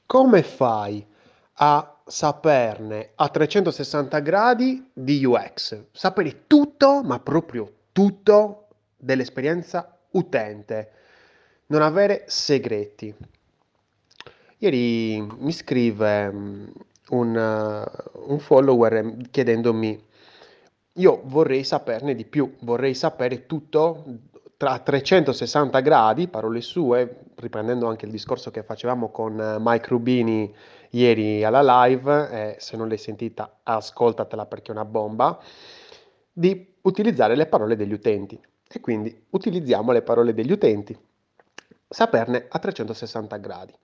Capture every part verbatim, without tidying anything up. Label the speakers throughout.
Speaker 1: Come fai a saperne a trecentosessanta gradi di U X? Sapere tutto, ma proprio tutto dell'esperienza utente, non avere segreti. Ieri mi scrive mm, un, eh, un follower eh, chiedendomi, io vorrei saperne di più, vorrei sapere tutto tra trecentosessanta gradi, parole sue, riprendendo anche il discorso che facevamo con eh, Mike Rubini ieri alla live, eh, se non l'hai sentita ascoltatela perché è una bomba, di utilizzare le parole degli utenti. E quindi utilizziamo le parole degli utenti, saperne a trecentosessanta gradi.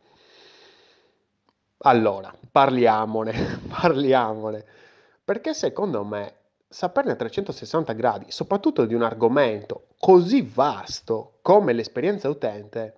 Speaker 1: Allora, parliamone, parliamone, perché secondo me saperne a trecentosessanta gradi, soprattutto di un argomento così vasto come l'esperienza utente,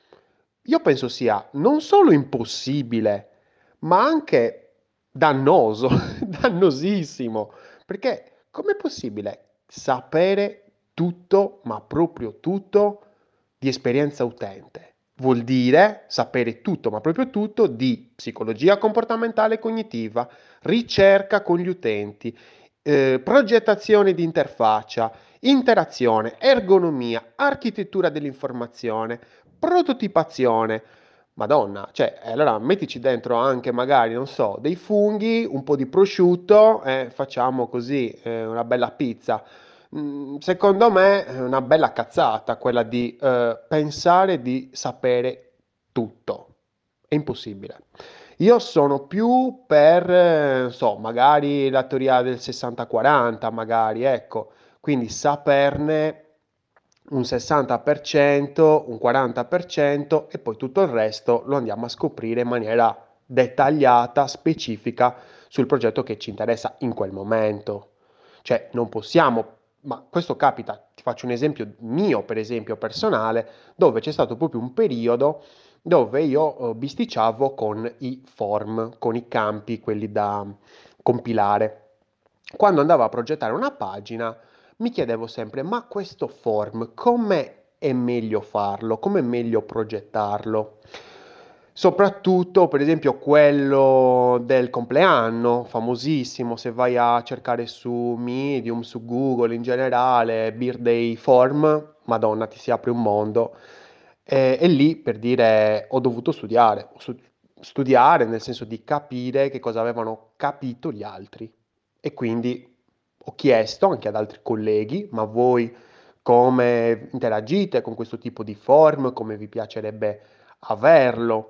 Speaker 1: io penso sia non solo impossibile, ma anche dannoso, dannosissimo, perché com'è possibile sapere tutto, ma proprio tutto, di esperienza utente? Vuol dire sapere tutto, ma proprio tutto, di psicologia comportamentale e cognitiva, ricerca con gli utenti, eh, progettazione di interfaccia, interazione, ergonomia, architettura dell'informazione, prototipazione. Madonna, cioè, eh, allora mettici dentro anche magari, non so, dei funghi, un po' di prosciutto e facciamo così eh, una bella pizza. Mm, secondo me è una bella cazzata quella di eh, pensare di sapere tutto. È impossibile. Io sono più per, eh, non so, magari la teoria del sessanta quaranta, magari, ecco, quindi saperne un sessanta per cento, un quaranta per cento e poi tutto il resto lo andiamo a scoprire in maniera dettagliata, specifica sul progetto che ci interessa in quel momento. Cioè, non possiamo, ma questo capita, ti faccio un esempio mio, per esempio personale, dove c'è stato proprio un periodo dove io eh, bisticciavo con i form, con i campi, quelli da compilare. Quando andavo a progettare una pagina, mi chiedevo sempre, ma questo form come è meglio farlo? Come è meglio progettarlo? Soprattutto, per esempio, quello del compleanno, famosissimo, se vai a cercare su Medium, su Google in generale, birthday form, Madonna, ti si apre un mondo. E, e lì, per dire, ho dovuto studiare, ho stu- studiare nel senso di capire che cosa avevano capito gli altri. E quindi ho chiesto anche ad altri colleghi, ma voi come interagite con questo tipo di form, come vi piacerebbe averlo?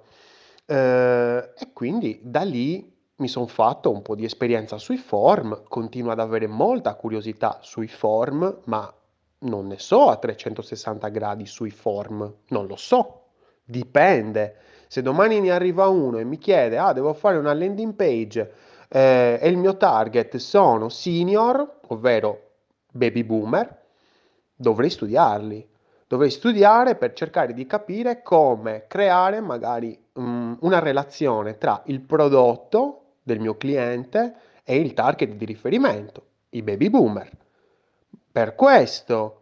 Speaker 1: Eh, e quindi da lì mi sono fatto un po' di esperienza sui form, continuo ad avere molta curiosità sui form, ma non ne so a trecentosessanta gradi sui form, non lo so, dipende. Se domani ne arriva uno e mi chiede, ah, devo fare una landing page eh, e il mio target sono senior, ovvero baby boomer, dovrei studiarli. Dovrei studiare per cercare di capire come creare magari mm, una relazione tra il prodotto del mio cliente e il target di riferimento, i baby boomer. Per questo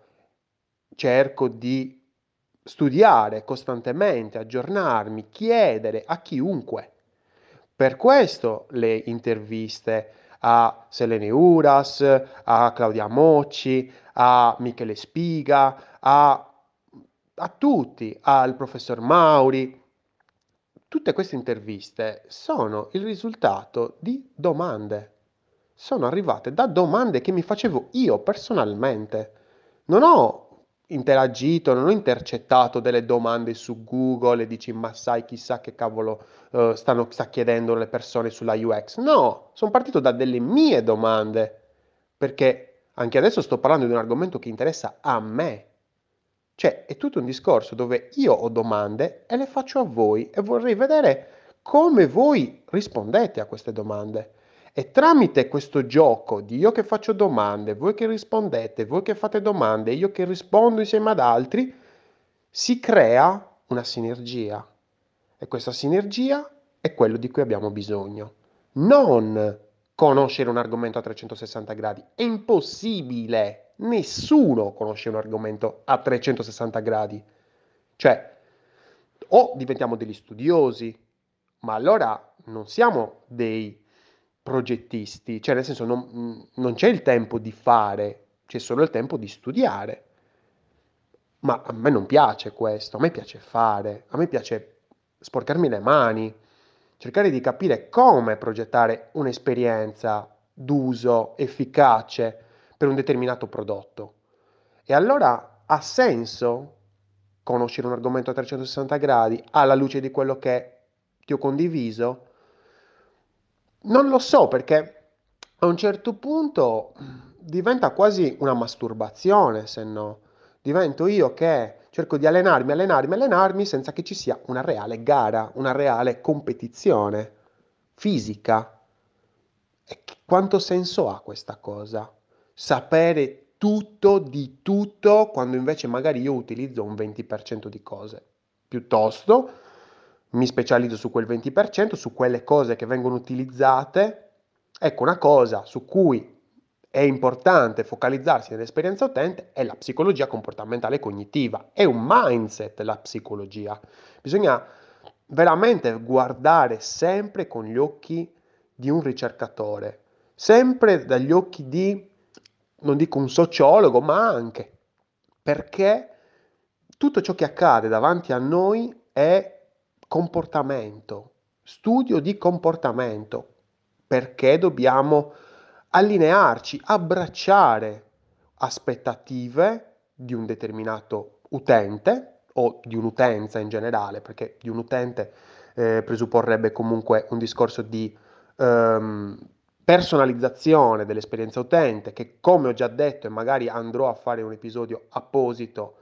Speaker 1: cerco di studiare costantemente, aggiornarmi, chiedere a chiunque. Per questo le interviste a Selene Uras, a Claudia Mocci, a Michele Spiga, a, a tutti, al professor Mauri. Tutte queste interviste sono il risultato di domande. Sono arrivate da domande che mi facevo io personalmente. Non ho interagito, non ho intercettato delle domande su Google e dici, ma sai chissà che cavolo eh, stanno, sta chiedendo le persone sulla U X. No, sono partito da delle mie domande, perché anche adesso sto parlando di un argomento che interessa a me. Cioè, è tutto un discorso dove io ho domande e le faccio a voi e vorrei vedere come voi rispondete a queste domande. E tramite questo gioco di io che faccio domande, voi che rispondete, voi che fate domande, io che rispondo insieme ad altri, si crea una sinergia. E questa sinergia è quello di cui abbiamo bisogno. Non conoscere un argomento a trecentosessanta gradi. È impossibile. Nessuno conosce un argomento a trecentosessanta gradi. Cioè, o diventiamo degli studiosi, ma allora non siamo dei progettisti, cioè nel senso non, non c'è il tempo di fare, c'è solo il tempo di studiare. Ma a me non piace questo, a me piace fare, a me piace sporcarmi le mani, cercare di capire come progettare un'esperienza d'uso efficace per un determinato prodotto. E allora ha senso conoscere un argomento a trecentosessanta gradi alla luce di quello che ti ho condiviso? Non lo so perché a un certo punto diventa quasi una masturbazione, se no. Divento io che cerco di allenarmi, allenarmi, allenarmi senza che ci sia una reale gara, una reale competizione fisica. E che- quanto senso ha questa cosa? Sapere tutto di tutto quando invece magari io utilizzo un venti per cento di cose. Piuttosto mi specializzo su quel venti per cento, su quelle cose che vengono utilizzate. Ecco, una cosa su cui è importante focalizzarsi nell'esperienza utente è la psicologia comportamentale cognitiva. È un mindset la psicologia. Bisogna veramente guardare sempre con gli occhi di un ricercatore, sempre dagli occhi di, non dico un sociologo, ma anche perché tutto ciò che accade davanti a noi è comportamento, studio di comportamento, perché dobbiamo allinearci, abbracciare aspettative di un determinato utente o di un'utenza in generale, perché di un utente eh, presupporrebbe comunque un discorso di ehm, personalizzazione dell'esperienza utente, che come ho già detto e magari andrò a fare un episodio apposito,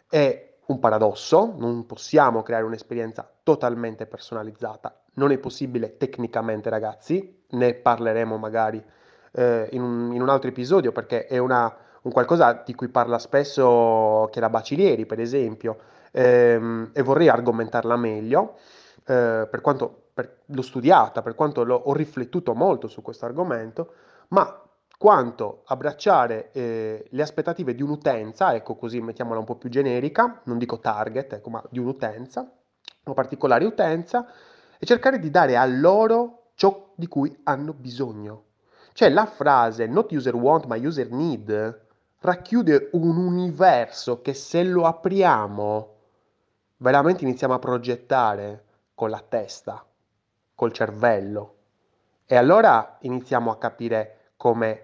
Speaker 1: è un paradosso, non possiamo creare un'esperienza totalmente personalizzata, non è possibile tecnicamente ragazzi, ne parleremo magari eh, in, un, in un altro episodio perché è una, un qualcosa di cui parla spesso Chiara Bacilieri per esempio, ehm, e vorrei argomentarla meglio, eh, per quanto per- l'ho studiata, per quanto l'ho- ho riflettuto molto su questo argomento, ma quanto abbracciare eh, le aspettative di un'utenza, ecco così mettiamola un po' più generica, non dico target, ecco, ma di un'utenza, una particolare utenza, e cercare di dare a loro ciò di cui hanno bisogno. Cioè la frase not user want ma user need racchiude un universo che se lo apriamo veramente iniziamo a progettare con la testa, col cervello. E allora iniziamo a capire come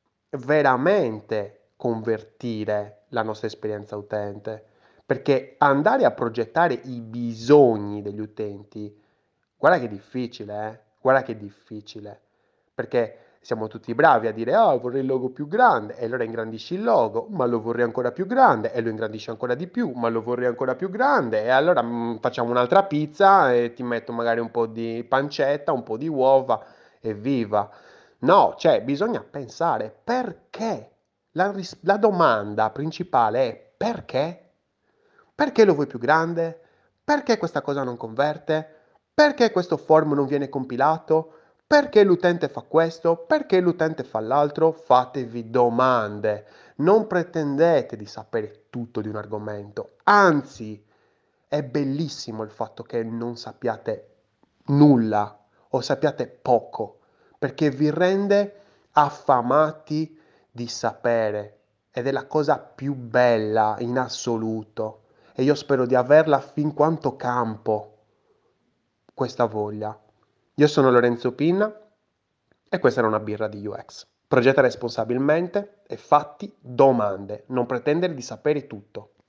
Speaker 1: veramente convertire la nostra esperienza utente. Perché andare a progettare i bisogni degli utenti, guarda che è difficile, eh? Guarda che è difficile. Perché siamo tutti bravi a dire, ah, vorrei il logo più grande, e allora ingrandisci il logo, ma lo vorrei ancora più grande, e lo ingrandisci ancora di più, ma lo vorrei ancora più grande, e allora mm, facciamo un'altra pizza e ti metto magari un po' di pancetta, un po' di uova, e viva. No, cioè bisogna pensare perché. La, ris- la domanda principale è perché? Perché lo vuoi più grande? Perché questa cosa non converte? Perché questo form non viene compilato? Perché l'utente fa questo? Perché l'utente fa l'altro? Fatevi domande. Non pretendete di sapere tutto di un argomento. Anzi, è bellissimo il fatto che non sappiate nulla o sappiate poco, perché vi rende affamati di sapere ed è la cosa più bella in assoluto e io spero di averla fin quanto campo questa voglia. Io sono Lorenzo Pinna e questa era una birra di U X. Progetta responsabilmente e fatti domande, non pretendere di sapere tutto.